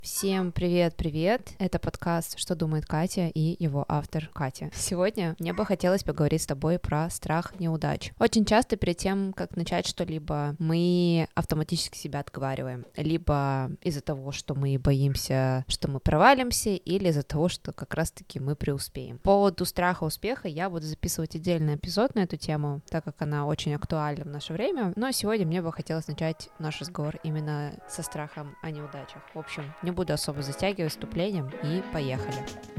Всем привет-привет! Это подкаст «Что думает Катя» и его автор Катя. Сегодня мне бы хотелось поговорить с тобой про страх неудач. Очень часто перед тем, как начать что-либо, мы автоматически себя отговариваем. Либо из-за того, что мы боимся, что мы провалимся, или из-за того, что как раз-таки мы преуспеем. По поводу страха успеха я буду записывать отдельный эпизод на эту тему, так как она очень актуальна в наше время. Но сегодня мне бы хотелось начать наш разговор именно со страхом о неудачах. В общем, не буду особо затягивать вступлением и поехали.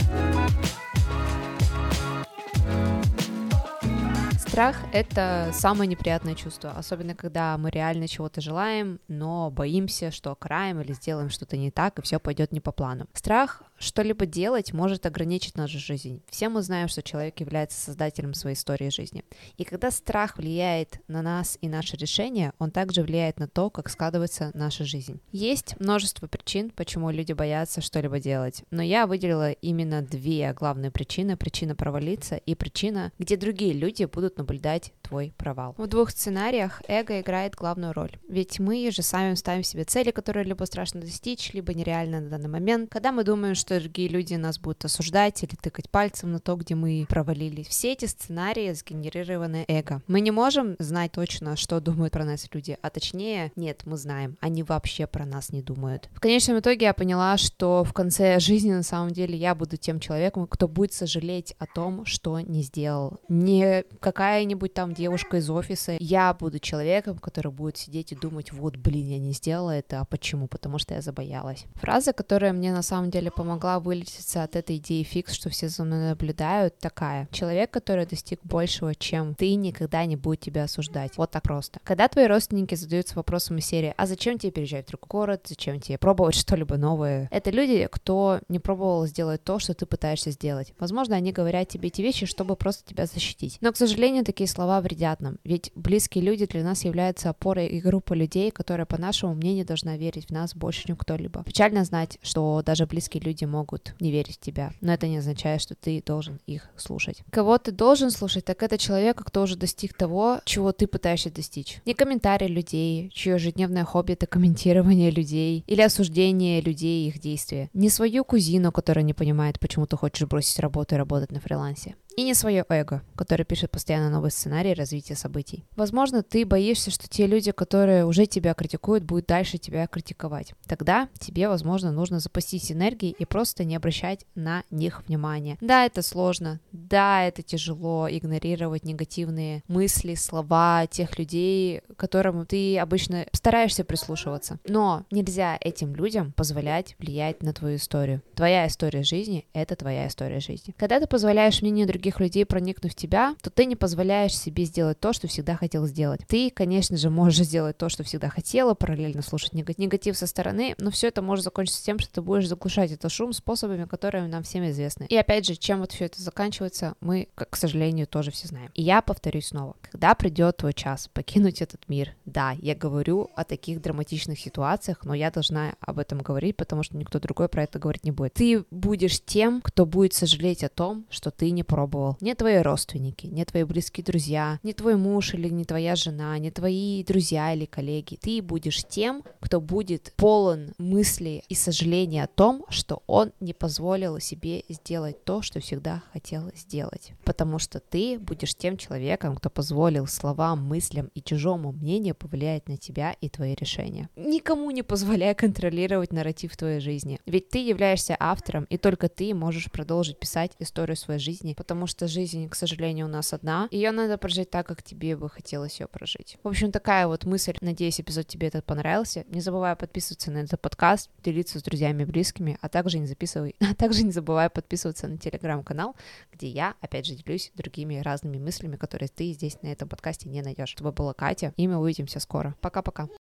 Страх — это самое неприятное чувство, особенно когда мы реально чего-то желаем, но боимся, что краем или сделаем что-то не так, и все пойдет не по плану. Страх что-либо делать может ограничить нашу жизнь. Все мы знаем, что человек является создателем своей истории жизни. И когда страх влияет на нас и наши решения, он также влияет на то, как складывается наша жизнь. Есть множество причин, почему люди боятся что-либо делать, но я выделила именно две главные причины. Причина провалиться и причина, где другие люди будут наблюдать твой провал. В двух сценариях эго играет главную роль, ведь мы же сами ставим себе цели, которые либо страшно достичь, либо нереально на данный момент. Когда мы думаем, что другие люди нас будут осуждать или тыкать пальцем на то, где мы провалились. Все эти сценарии сгенерированы эго. Мы не можем знать точно, что думают про нас люди, а точнее, нет, мы знаем, они вообще про нас не думают. В конечном итоге я поняла, что в конце жизни на самом деле я буду тем человеком, кто будет сожалеть о том, что не сделал. Не какая-нибудь там девушка из офиса. Я буду человеком, который будет сидеть и думать, вот, блин, я не сделала это, а почему? Потому что я забоялась. Фраза, которая мне на самом деле помогла вылететься от этой идеи фикс, что все за мной наблюдают, такая. Человек, который достиг большего, чем ты, никогда не будет тебя осуждать. Вот так просто. Когда твои родственники задаются вопросом из серии, а зачем тебе переезжать в другой город, зачем тебе пробовать что-либо новое? Это люди, кто не пробовал сделать то, что ты пытаешься сделать. Возможно, они говорят тебе эти вещи, чтобы просто тебя защитить. Но, к сожалению, такие слова вредят нам, ведь близкие люди для нас являются опорой и группой людей, которая, по нашему мнению, должна верить в нас больше, чем кто-либо. Печально знать, что даже близкие люди могут не верить в тебя, но это не означает, что ты должен их слушать. Кого ты должен слушать, так это человека, кто уже достиг того, чего ты пытаешься достичь. Не комментарии людей, чье ежедневное хобби — это комментирование людей или осуждение людей и их действия. Не свою кузину, которая не понимает, почему ты хочешь бросить работу и работать на фрилансе. И не свое эго, которое пишет постоянно новый сценарий развития событий. Возможно, ты боишься, что те люди, которые уже тебя критикуют, будут дальше тебя критиковать. Тогда тебе, возможно, нужно запастись энергией и просто не обращать на них внимания. Да, это сложно, да, это тяжело игнорировать негативные мысли, слова тех людей, к которым ты обычно стараешься прислушиваться. Но нельзя этим людям позволять влиять на твою историю. Твоя история жизни — это твоя история жизни. Когда ты позволяешь мнению других людей проникнуть в тебя, то ты не позволяешь себе сделать то, что всегда хотел сделать. Ты, конечно же, можешь сделать то, что всегда хотела, параллельно слушать негатив со стороны, но все это может закончиться тем, что ты будешь заглушать этот шум способами, которые нам всем известны. И опять же, чем вот все это заканчивается, мы, к сожалению, тоже все знаем. И я повторюсь снова. Когда придет твой час покинуть этот мир, да, я говорю о таких драматичных ситуациях, но я должна об этом говорить, потому что никто другой про это говорить не будет. Ты будешь тем, кто будет сожалеть о том, что ты не пробовал. Не твои родственники, не твои близкие друзья, не твой муж или не твоя жена, не твои друзья или коллеги. Ты будешь тем, кто будет полон мыслей и сожаления о том, что он не позволил себе сделать то, что всегда хотел сделать. Потому что ты будешь тем человеком, кто позволил словам, мыслям и чужому мнению повлиять на тебя и твои решения. Никому не позволяй контролировать нарратив твоей жизни. Ведь ты являешься автором, и только ты можешь продолжить писать историю своей жизни, потому что жизнь, к сожалению, у нас одна. Ее надо прожить так, как тебе бы хотелось ее прожить. В общем, такая вот мысль. Надеюсь, эпизод тебе этот понравился. Не забывай подписываться на этот подкаст, делиться с друзьями и близкими, а также не забывай подписываться на телеграм-канал, где я, опять же, делюсь другими разными мыслями, которые ты здесь на этом подкасте не найдешь. С тобой была Катя, и мы увидимся скоро. Пока-пока.